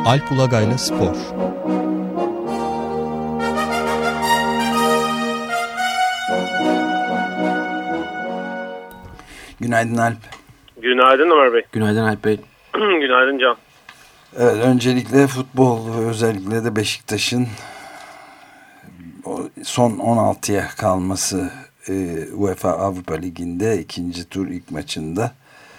Alp Ulagay'la Spor. Günaydın Alp. Günaydın Ömer Bey. Günaydın Alp Bey. Günaydın Can. Evet, öncelikle futbol ve özellikle de Beşiktaş'ın son 16'ya kalması UEFA Avrupa Ligi'nde ikinci tur ilk maçında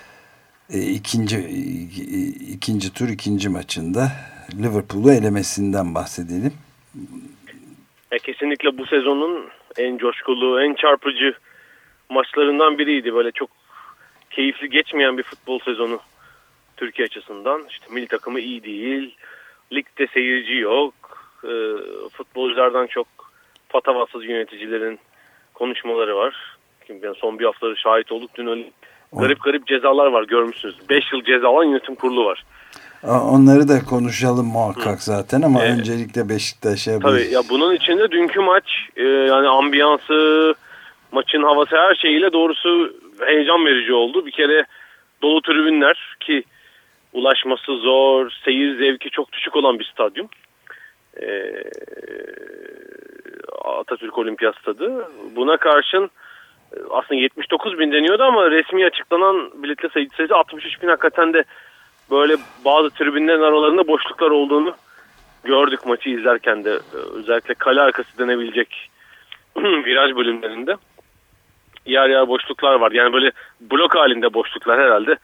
ikinci tur ikinci maçında Liverpool'u elemesinden bahsedelim. Kesinlikle bu sezonun en coşkulu, en çarpıcı maçlarından biriydi. Böyle çok keyifli geçmeyen bir futbol sezonu Türkiye açısından. İşte milli takımı iyi değil, ligde seyirci yok, futbolculardan çok patavatsız yöneticilerin konuşmaları var. Yani son bir haftada şahit olduk. Dün öyle garip cezalar var, görmüşsünüz. 5 yıl ceza alan yönetim kurulu var. Onları da konuşalım muhakkak zaten ama öncelikle Beşiktaş'a... Tabii ya, bunun içinde dünkü maç yani ambiyansı, maçın havası, her şeyiyle doğrusu heyecan verici oldu. Bir kere dolu tribünler, ki ulaşması zor, seyir zevki çok düşük olan bir stadyum. Atatürk Olimpiyat Stadı. Buna karşın aslında 79 bin deniyordu ama resmi açıklanan biletli sayısı 63 bin. Hakikaten de böyle bazı tribünlerin aralarında boşluklar olduğunu gördük maçı izlerken de. Özellikle kale arkası denebilecek viraj bölümlerinde yer boşluklar var. Yani böyle blok halinde boşluklar herhalde.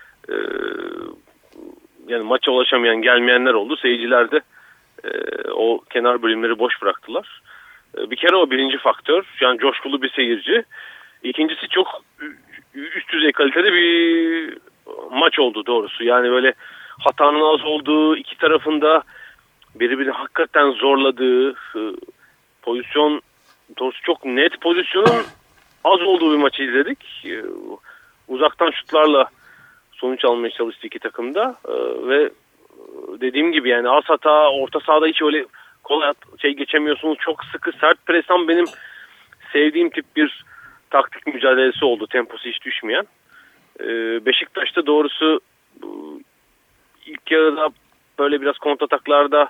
Yani maça ulaşamayan, gelmeyenler oldu. Seyirciler de o kenar bölümleri boş bıraktılar. Bir kere o birinci faktör. Yani coşkulu bir seyirci. İkincisi çok üst düzey kalitede bir maç oldu doğrusu. Yani böyle hatanın az olduğu, iki tarafında birbirini hakikaten zorladığı, pozisyon doğrusu çok net pozisyonun az olduğu bir maçı izledik. Uzaktan şutlarla sonuç almaya çalıştı iki takımda ve dediğim gibi yani az hata, orta sahada hiç öyle kolay geçemiyorsunuz. Çok sıkı, sert presan benim sevdiğim tip bir taktik mücadelesi oldu. Temposu hiç düşmeyen. Beşiktaş'ta doğrusu ilk yarıda böyle biraz kontrataklarda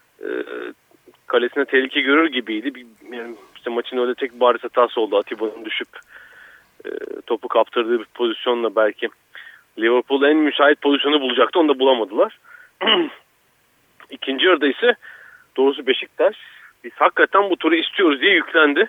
kalesine tehlike görür gibiydi. Yani işte maçın öyle tek bariz hatası oldu. Atiba'nın düşüp topu kaptırdığı bir pozisyonla belki Liverpool en müsait pozisyonu bulacaktı. Onu da bulamadılar. İkinci yarıda ise doğrusu Beşiktaş biz hakikaten bu turu istiyoruz diye yüklendi.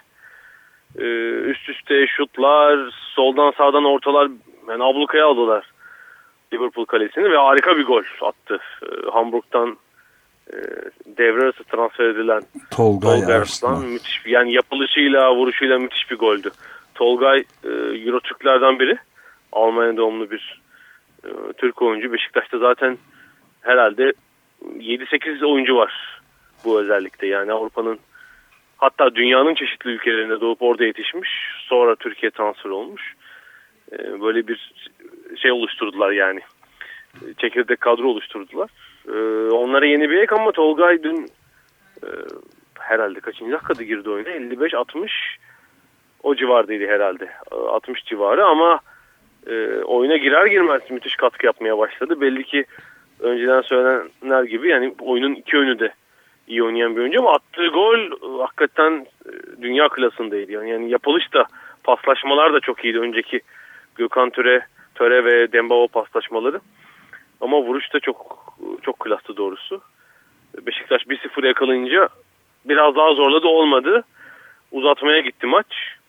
Üst üste şutlar, soldan sağdan ortalar, yani ablukaya aldılar Liverpool kalesini ve harika bir gol attı. Hamburg'dan devre arası transfer edilen Tolgay Arslan. Müthiş, yani yapılışıyla, vuruşuyla müthiş bir goldü. Tolgay Euro Türklerden biri. Almanya doğumlu bir Türk oyuncu. Beşiktaş'ta zaten herhalde 7-8 oyuncu var bu özellikle. Yani Avrupa'nın, hatta dünyanın çeşitli ülkelerinde doğup orada yetişmiş. Sonra Türkiye transfer olmuş. Böyle bir şey oluşturdular yani. Çekirdek kadro oluşturdular. Onlara yeni bir ek ama Tolgay dün herhalde kaçıncı dakikada girdi oyuna? 55-60 o civardaydı herhalde. 60 civarı ama oyuna girer girmez müthiş katkı yapmaya başladı. Belli ki önceden söylenenler gibi yani oyunun iki yönü de iyi oynayan bir oyuncu ama attığı gol hakikaten dünya klasındaydı. Yani yapılış da, paslaşmalar da çok iyiydi. Önceki Gökhan Töre ve Dembaba paslaşmaları. Ama vuruş da çok klastı doğrusu. Beşiktaş 1-0 yakalayınca biraz daha zorladı, olmadı. Uzatmaya gitti maç.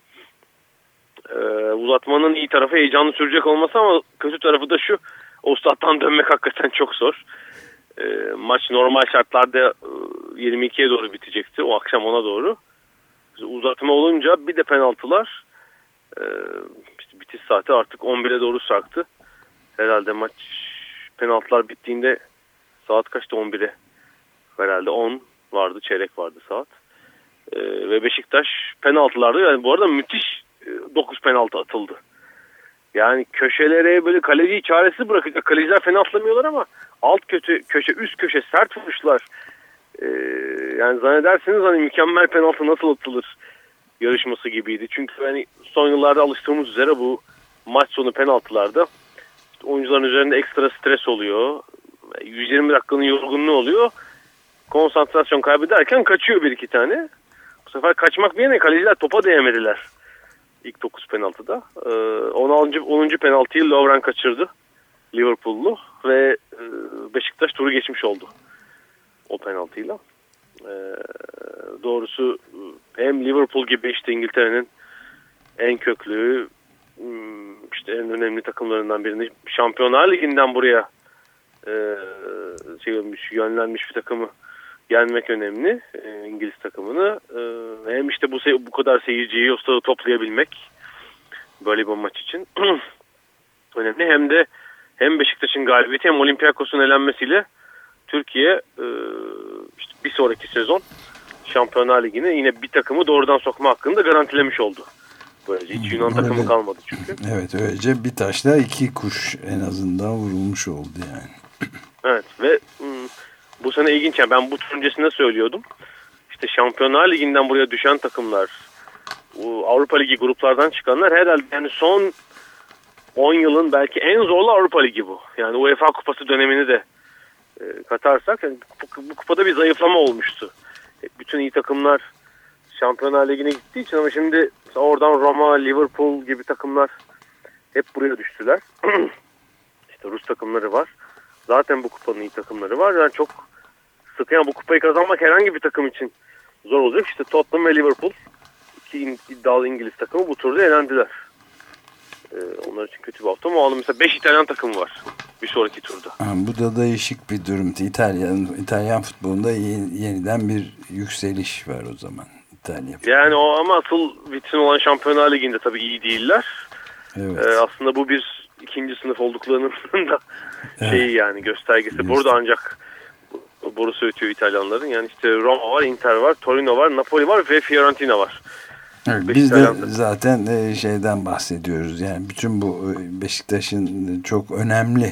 Uzatmanın iyi tarafı heyecanlı sürecek olması ama kötü tarafı da şu: o stat'tan dönmek hakikaten çok zor. Maç normal şartlarda 22'ye doğru bitecekti. O akşam ona doğru. Uzatma olunca bir de penaltılar. İşte bitiş saati artık 11'e doğru sarktı. Herhalde maç penaltılar bittiğinde saat kaçtı? 11'e. Herhalde 10 vardı, çeyrek vardı saat. Ve Beşiktaş penaltılarda, yani bu arada müthiş 9 penaltı atıldı. Yani köşelere böyle kaleciyi çaresiz bırakacak. Kaleciler fena atlamıyorlar ama alt köşe, üst köşe sert vuruşlar. Yani zannedersiniz hani mükemmel penaltı nasıl atılır yarışması gibiydi. Çünkü hani son yıllarda alıştığımız üzere bu maç sonu penaltılarda oyuncuların üzerinde ekstra stres oluyor. 120 dakikanın yorgunluğu oluyor. Konsantrasyon kaybederken kaçıyor bir iki tane. Bu sefer kaçmak bir yana kaleciler topa değemediler. İlk 9 penaltıda. 10. penaltıyı Lovren kaçırdı. Liverpool'lu ve Beşiktaş turu geçmiş oldu o penaltıyla. Doğrusu hem Liverpool gibi işte İngiltere'nin en köklü, işte en önemli takımlarından birini, Şampiyonlar Ligi'nden buraya yönlenmiş bir takımı yenmek önemli, İngiliz takımını. Hem işte bu kadar seyirciyi o stada toplayabilmek böyle bir maç için önemli. Hem de hem Beşiktaş'ın galibiyeti hem Olympiakos'un elenmesiyle Türkiye işte bir sonraki sezon Şampiyonlar Ligi'ne yine bir takımı doğrudan sokma hakkını da garantilemiş oldu. Böylece hiç Yunan takımı kalmadı çünkü. Evet, öylece bir taşla iki kuş en azından vurulmuş oldu yani. Evet ve bu sene ilginç. Yani ben bu tur öncesinde söylüyordum. İşte Şampiyonlar Ligi'nden buraya düşen takımlar, Avrupa Ligi gruplardan çıkanlar herhalde yani son 10 yılın belki en zorlu Avrupa Ligi bu. Yani UEFA Kupası dönemini de katarsak yani bu kupada bir zayıflama olmuştu. Bütün iyi takımlar Şampiyonlar Ligi'ne gittiği için ama şimdi oradan Roma, Liverpool gibi takımlar hep buraya düştüler. İşte Rus takımları var. Zaten bu kupanın iyi takımları var. Yani çok sıkı. Yani bu kupayı kazanmak herhangi bir takım için zor olacak. İşte Tottenham ve Liverpool, iki iddialı İngiliz takımı bu turda elendiler. Onlar için kötü bir hafta ama mesela 5 İtalyan takımı var bir sonraki turda. Bu da değişik bir durum. İtalyan futbolunda yeniden bir yükseliş var o zaman. Yani o ama asıl vitrin olan Şampiyonlar Ligi'nde tabii iyi değiller. Evet. Aslında bu bir ikinci sınıf olduklarının da şeyi yani göstergesi. Burada ancak borusu ötüyor İtalyanların. Yani işte Roma var, Inter var, Torino var, Napoli var ve Fiorentina var. Evet, biz de zaten şeyden bahsediyoruz. Yani bütün bu Beşiktaş'ın çok önemli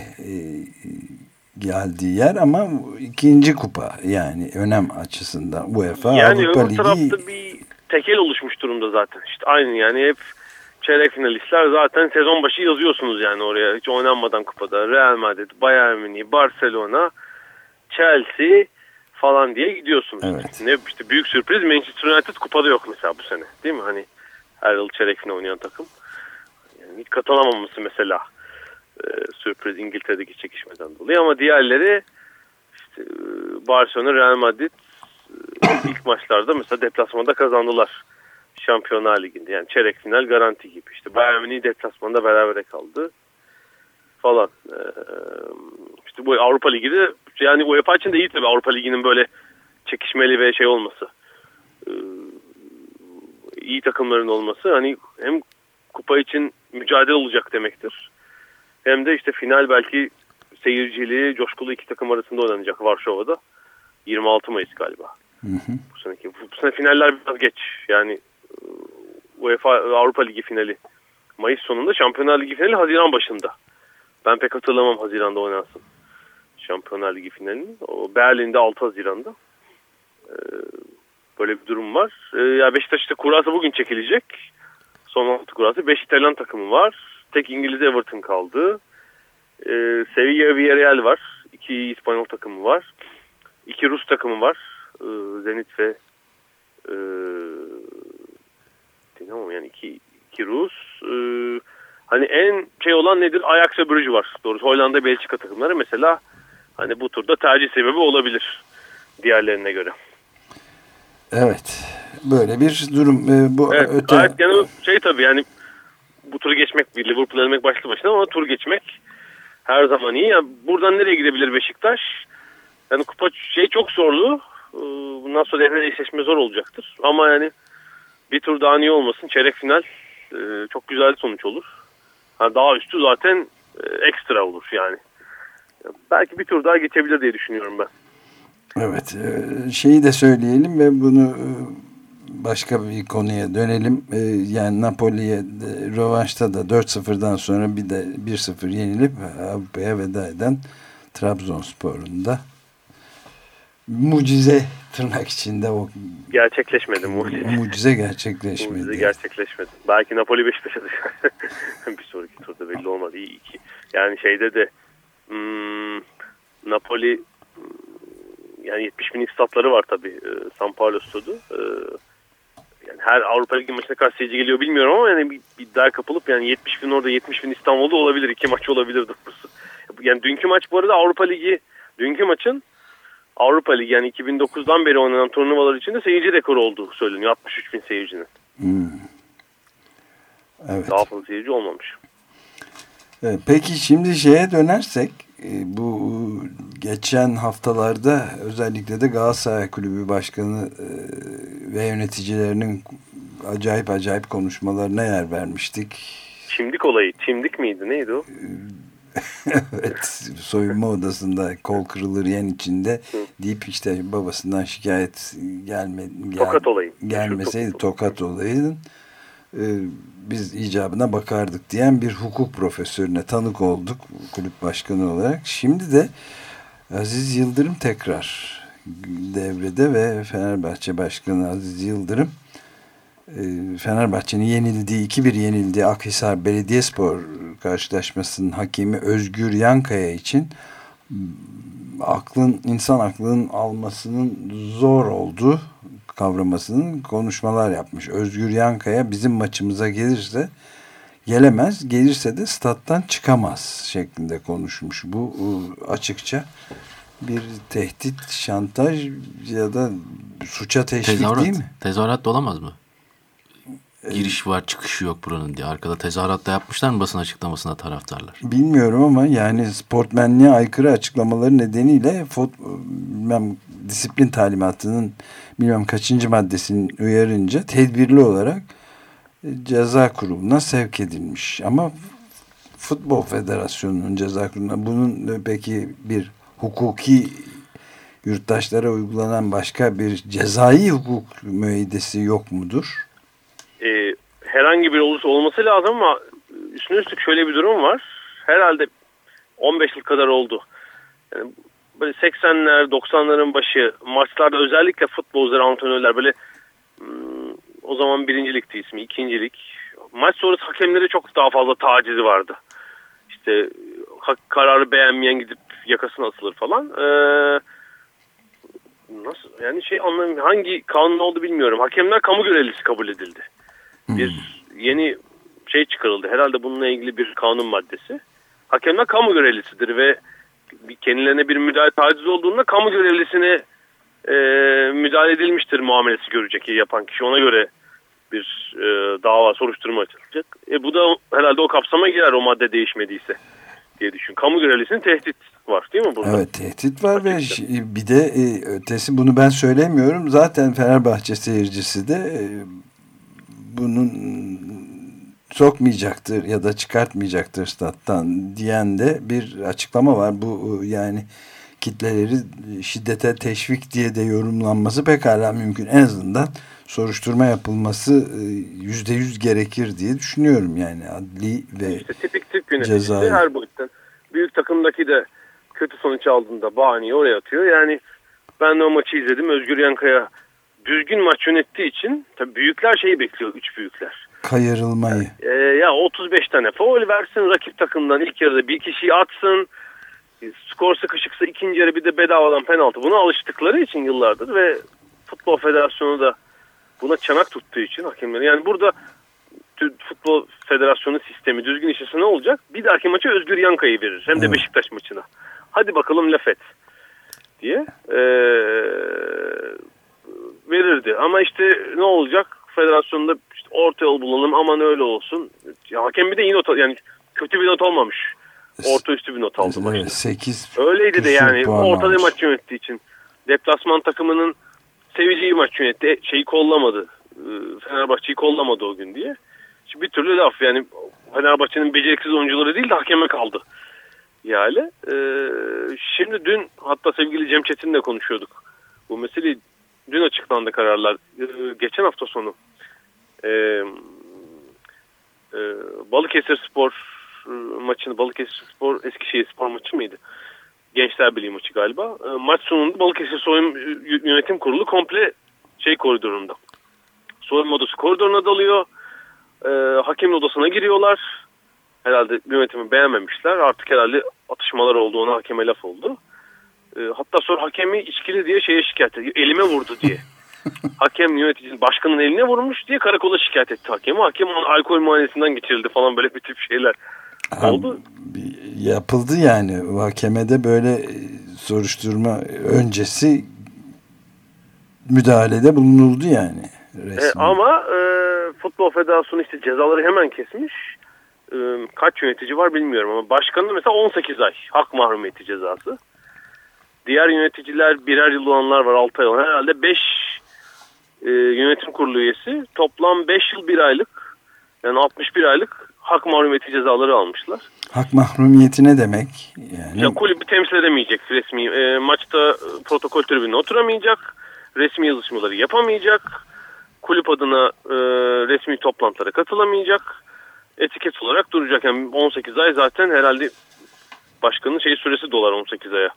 geldiği yer ama ikinci kupa yani önem açısından UEFA yani Avrupa Ligi. Yani öbür tarafta bir tekel oluşmuş durumda zaten. İşte aynı yani hep çeyrek finalistler zaten sezon başı yazıyorsunuz yani oraya hiç oynanmadan kupada. Real Madrid, Bayern Münih, Barcelona, Chelsea falan diye gidiyorsunuz. Evet. Ne işte büyük sürpriz Manchester United kupada yok mesela bu sene. Değil mi? Hani her yıl çeyrek final oynayan takım. Yani hiç katılamaması mesela sürpriz İngiltere'deki çekişmeden dolayı ama diğerleri işte Barcelona, Real Madrid ilk maçlarda mesela deplasmanda kazandılar. Şampiyonlar Ligi'nde yani çeyrek final garanti gibi. İşte Bayern Münih deplasmanda berabere kaldı falan. İşte bu Avrupa Ligi'de yani UEFA için de iyi tabii Avrupa Ligi'nin böyle çekişmeli ve şey olması. İyi takımların olması hani hem kupa için mücadele olacak demektir. Hem de işte final belki seyircili, coşkulu iki takım arasında oynanacak Varşova'da. 26 Mayıs galiba. Hı. Bu sene finaller biraz geç. Yani UEFA Avrupa Ligi finali Mayıs sonunda, Şampiyonlar Ligi finali Haziran başında. Ben pek hatırlamam Haziran'da oynansın Şampiyonlar Ligi finalini. O Berlin'de 6 Haziran'da. Böyle bir durum var. Ya Beşiktaş'ta kurası bugün çekilecek. Son 6 kurası. 5 İtalyan takımı var. Tek İngiliz Everton kaldı. Sevilla Villarreal var. 2 İspanyol takımı var. 2 Rus takımı var. Zenit ve Dinamo yani 2 Rus. Hani en şey olan nedir? Ajax ve Brugge var. Doğrusu Hollanda, Belçika takımları mesela hani bu turda tercih sebebi olabilir diğerlerine göre. Evet. Böyle bir durum. Bu evet, yani şey tabii yani bu turu geçmek, bir Liverpool elmek başlı başına ama tur geçmek her zaman iyi. Yani buradan nereye gidebilir Beşiktaş? Yani kupa şey çok zorlu. Bundan sonra devre eşleşme zor olacaktır. Ama yani bir tur daha niye olmasın? Çeyrek final çok güzel bir sonuç olur. Yani daha üstü zaten ekstra olur yani. Belki bir tur daha geçebilir diye düşünüyorum ben. Evet. Şeyi de söyleyelim ve bunu başka bir konuya dönelim. Yani Napoli'ye rövanşta da 4-0'dan sonra bir de 1-0 yenilip Avrupa'ya veda eden Trabzonspor'un da mucize tırnak içinde o gerçekleşmedi. Mucize gerçekleşmedi. Mucize gerçekleşmedi. Belki Napoli Beşiktaş'a düşer. Bir sonraki turda belli olmadı. İyi ki. Yani şeyde de Napoli yani 70 binlik statları var tabii San Paolo stadı. Yani her Avrupa Ligi maçına kaç seyirci geliyor bilmiyorum ama yani bir iddia kapılıp yani 70 bin orada 70 bin İstanbul'da olabilir. 2 maç olabilir doğrusu. Yani dünkü maç bu arada Avrupa Ligi, dünkü maçın Avrupa Ligi yani 2009'dan beri oynanan turnuvalar içinde seyirci rekoru olduğu söyleniyor. 63 bin seyircinin. Evet. Daha fazla seyirci olmamış. Peki şimdi şeye dönersek, bu geçen haftalarda özellikle de Galatasaray Kulübü Başkanı ve yöneticilerinin acayip konuşmalarına yer vermiştik. Çimdik olayı. Çimdik miydi? Neydi o? Evet. Soyunma odasında kol kırılır yen içinde deyip işte babasından şikayet gelmeseydi tokat olayının biz icabına bakardık diyen bir hukuk profesörüne tanık olduk kulüp başkanı olarak. Şimdi de Aziz Yıldırım tekrar devrede ve Fenerbahçe Başkanı Aziz Yıldırım Fenerbahçe'nin 2-1 yenildiği Akhisar Belediyespor karşılaşmasının hakemi Özgür Yankaya için insan aklının almasının zor olduğu kavramasının konuşmalar yapmış. Özgür Yankaya bizim maçımıza gelemez, gelirse de stat'tan çıkamaz şeklinde konuşmuş. Bu açıkça bir tehdit, şantaj ya da suça teşvik değil mi? Tezahürat da olamaz mı? Giriş var, çıkışı yok buranın diye. Arkada tezahürat da yapmışlar mı basın açıklamasına taraftarlar? Bilmiyorum ama yani sportmenliğe aykırı açıklamaları nedeniyle disiplin talimatının bilmem kaçıncı maddesinin uyarınca tedbirli olarak ceza kuruluna sevk edilmiş. Ama Futbol Federasyonu'nun ceza kuruluna bunun peki bir hukuki yurttaşlara uygulanan başka bir cezai hukuk müeyyidesi yok mudur? Herhangi bir olması lazım ama üstüne üstlük şöyle bir durum var. Herhalde 15 yıl kadar oldu. Yani böyle 80'ler 90'ların başı maçlarda özellikle futbolcular, antrenörler böyle o zaman birincilikti ismi, ikincilik. Maç sonrası hakemlere çok daha fazla tacizi vardı. İşte kararı beğenmeyen gidip yakasına asılır falan. Nasıl yani anlamıyorum, hangi kanun oldu bilmiyorum. Hakemler kamu görevlisi kabul edildi. Bir yeni çıkarıldı. Herhalde bununla ilgili bir kanun maddesi. Hakemler kamu görevlisidir ve kendilerine bir müdahale taciz olduğunda kamu görevlisine müdahale edilmiştir muamelesi görecek yapan kişi. Ona göre bir dava, soruşturma açılacak. Bu da herhalde o kapsama girer o madde değişmediyse diye düşün. Kamu görevlisinin tehdit var değil mi burada? Evet, tehdit var ve bir de ötesi, bunu ben söylemiyorum. Zaten Fenerbahçe seyircisi de bunun sokmayacaktır ya da çıkartmayacaktır stat'tan diyen de bir açıklama var. Bu yani kitleleri şiddete teşvik diye de yorumlanması pekala mümkün. En azından soruşturma yapılması %100 gerekir diye düşünüyorum. Yani adli ve işte tipik Türk yöneticisi her boyuttan. Büyük takımdaki de kötü sonuç aldığında bahaneyi oraya atıyor. Yani ben de o maçı izledim. Özgür Yankaya düzgün maç yönettiği için tabii büyükler bekliyor, 3 büyükler. Kayırılmayı. Ya 35 tane faul versin rakip takımdan, ilk yarıda bir kişiyi atsın. Skor sıkışıksa ikinci yarı bir de bedavadan penaltı. Buna alıştıkları için yıllardır ve Futbol Federasyonu da buna çanak tuttuğu için hakemleri. Yani burada Futbol Federasyonu sistemi düzgün işlese ne olacak? Bir dahaki maça Özgür Yankay'ı verir. Hem de Beşiktaş maçına. Hadi bakalım laf et diye verirdi. Ama işte ne olacak? Federasyonda işte orta yol bulalım, aman öyle olsun. Ya, hakem bir de iyi not, yani kötü bir not olmamış. Orta üstü bir not aldı maçta. 8 öyleydi de yani ortada maç yönettiği için. Deplasman takımının seveceği maç yönetti. Kollamadı. Fenerbahçe'yi kollamadı o gün diye. Şimdi bir türlü laf, yani Fenerbahçe'nin beceriksiz oyuncuları değil de hakeme kaldı. Yani şimdi dün hatta sevgili Cem Çetin'le konuşuyorduk. Bu meseleyi dün açıklandı kararlar. Geçen hafta sonu Balıkesirspor maçını, Balıkesirspor Eskişehirspor maçı mıydı? Gençler Birliği maçı galiba. Maç sonunda Balıkesir Soyunma Yönetim Kurulu komple koridorunda. Soyunma odası koridoruna dalıyor. Hakemin odasına giriyorlar. Herhalde yönetimi beğenmemişler. Artık herhalde atışmalar oldu. Ona hakeme laf oldu. Hatta sonra hakemi içkili diye şeye şikayet etti. Elime vurdu diye. Hakem yöneticinin başkanın eline vurmuş diye karakola şikayet etti hakemi. Hakem onun alkol muayenesinden geçirildi falan, böyle bir tip şeyler oldu. Yapıldı yani. Hakemede böyle soruşturma öncesi müdahalede bulunuldu yani. Ama Futbol Federasyonu işte cezaları hemen kesmiş. Kaç yönetici var bilmiyorum ama başkanın mesela 18 ay hak mahrumiyeti cezası. Diğer yöneticiler birer yıl olanlar var, 6 ay olan. Herhalde 5 yönetim kurulu üyesi toplam 5 yıl 1 aylık, yani 61 aylık hak mahrumiyeti cezaları almışlar. Hak mahrumiyeti ne demek? Yani kulübü temsil edemeyecek resmi. Maçta protokol tribününe oturamayacak. Resmi yazışmaları yapamayacak. Kulüp adına resmi toplantılara katılamayacak. Etiket olarak duracak. Yani 18 ay zaten herhalde başkanın süresi dolar 18 aya.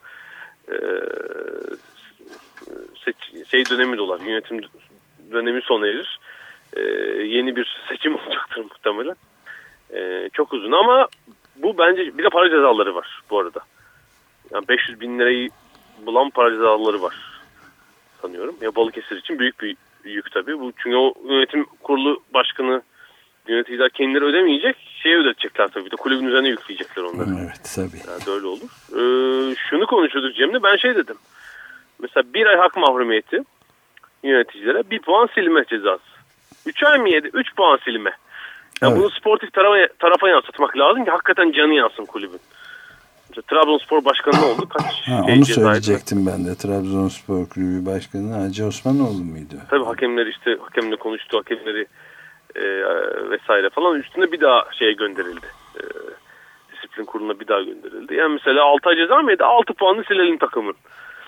Dönemi dolar. Yönetim dönemi sona erir. Yeni bir seçim olacaktır muhtemelen. Çok uzun ama bu bence, bir de para cezaları var bu arada. Yani 500 bin lirayı bulan para cezaları var sanıyorum. Ya Balıkesir için büyük bir yük tabii. Bu çünkü o yönetim kurulu başkanı, yöneticiler kendileri ödemeyecek, ödetecekler tabii de, kulübün üzerine yükleyecekler onları. Evet tabii. Yani öyle olur. Şunu konuşuyorduk Cem'le, ben dedim. Mesela 1 ay hak mahrumiyeti yöneticilere, 1 puan silme cezası. 3 ay mı 7? 3 puan silme. Yani evet. Bunu sportif tarafa yansıtmak lazım ki hakikaten canı yansın kulübün. Mesela Trabzonspor başkanı ne oldu? Onu söyleyecektim ben de. Trabzonspor Kulübü Başkanı Hacı Osmanoğlu muydu? Tabii hakemle konuştu, hakemleri vesaire falan üstüne bir daha gönderildi. Disiplin kuruluna bir daha gönderildi. Yani mesela 6 ay ceza mıydı? 6 puanını silelim takımın.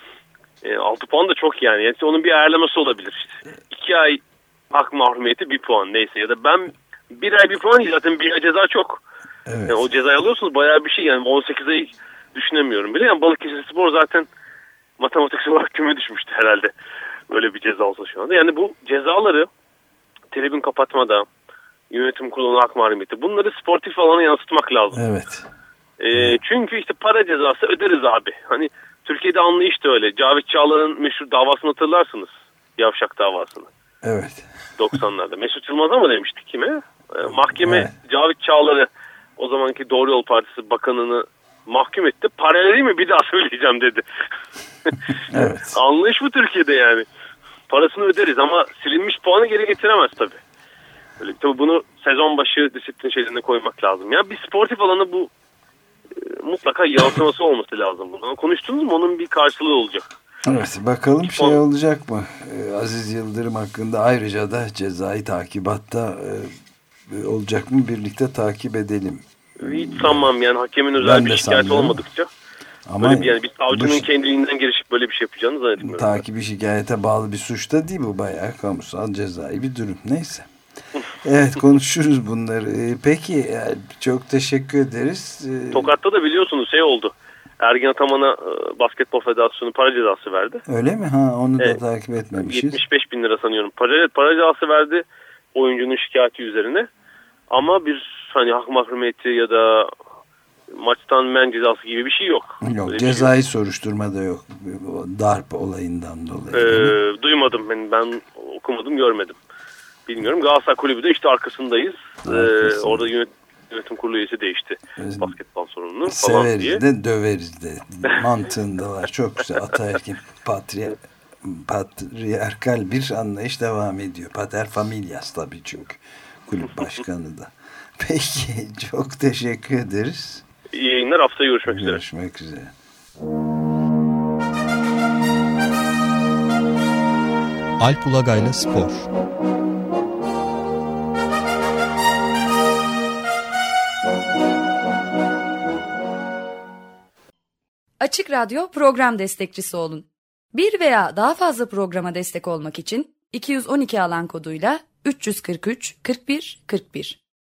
6 puan da çok yani. Yani onun bir ayarlaması olabilir işte. 2 ay hak mahrumiyeti 1 puan neyse, ya da ben 1 ay 1 puan değil, zaten 1 ay ceza çok. Evet. Yani o cezayı alıyorsunuz bayağı bir şey yani, 18 ay düşünemiyorum bile. Yani Balıkesirspor zaten matematiksel olarak küme düşmüştü herhalde. Böyle bir ceza olsa şu anda. Yani bu cezaları tribün kapatmada, yönetim kurulunun hak mahrumiyeti, bunları sportif alana yansıtmak lazım. Evet. Çünkü işte para cezası öderiz abi. Hani Türkiye'de anlayış da öyle. Cavit Çağlar'ın meşhur davasını hatırlarsınız. Yavşak davasını. Evet. 90'larda. Mesut Yılmaz'a mı demiştik kime? Mahkeme evet. Cavit Çağlar'ı, o zamanki Doğru Yol Partisi bakanını mahkum etti. Paraleli mi bir daha söyleyeceğim dedi. Evet. Anlayış bu Türkiye'de yani. Parasını öderiz ama silinmiş puanı geri getiremez tabii. Tabii bunu sezon başı disiplin şeylerine koymak lazım. Yani bir sportif alanı bu mutlaka yansıması olması lazım. Bunu konuştunuz mu? Onun bir karşılığı olacak. Evet, bakalım olacak mı? Aziz Yıldırım hakkında ayrıca da cezai takibatta olacak mı? Birlikte takip edelim. Hiç sanmam yani, hakemin özel bir şikayeti olmadıkça. Ama yani bir savcının kendiliğinden girişip böyle bir şey yapacağını zannetmiyorum. Takibi şikayete bağlı bir suç da değil bu, bayağı kamusal cezai bir durum. Neyse. Evet, konuşuruz bunları. Peki çok teşekkür ederiz. Tokat'ta da biliyorsunuz oldu. Ergin Ataman'a Basketbol Federasyonu para cezası verdi. Öyle mi? Onu da takip etmemişiz. 75 bin lira sanıyorum. Para cezası verdi oyuncunun şikayeti üzerine. Ama bir hak mahrumiyeti ya da maçtan men cezası gibi bir şey yok. Yok, cezai soruşturma da yok. Darp olayından dolayı. Duymadım. Ben okumadım, görmedim. Bilmiyorum. Galatasaray Kulübü de işte arkasındayız. Orada yönetim kurulu üyesi değişti. Basketbol sorununu falan severiz diye. De döveriz de mantığındalar. Çok güzel. Ataerkil patriarkal bir anlayış devam ediyor. Pater familias tabii çünkü. Kulüp başkanı da. Peki, çok teşekkür ederiz. İyi yayınlar. Haftaya görüşmek üzere. Görüşmek üzere. Alp Ulagay'la Spor. Açık Radyo program destekçisi olun. Bir veya daha fazla programa destek olmak için 212 alan koduyla 343 41 41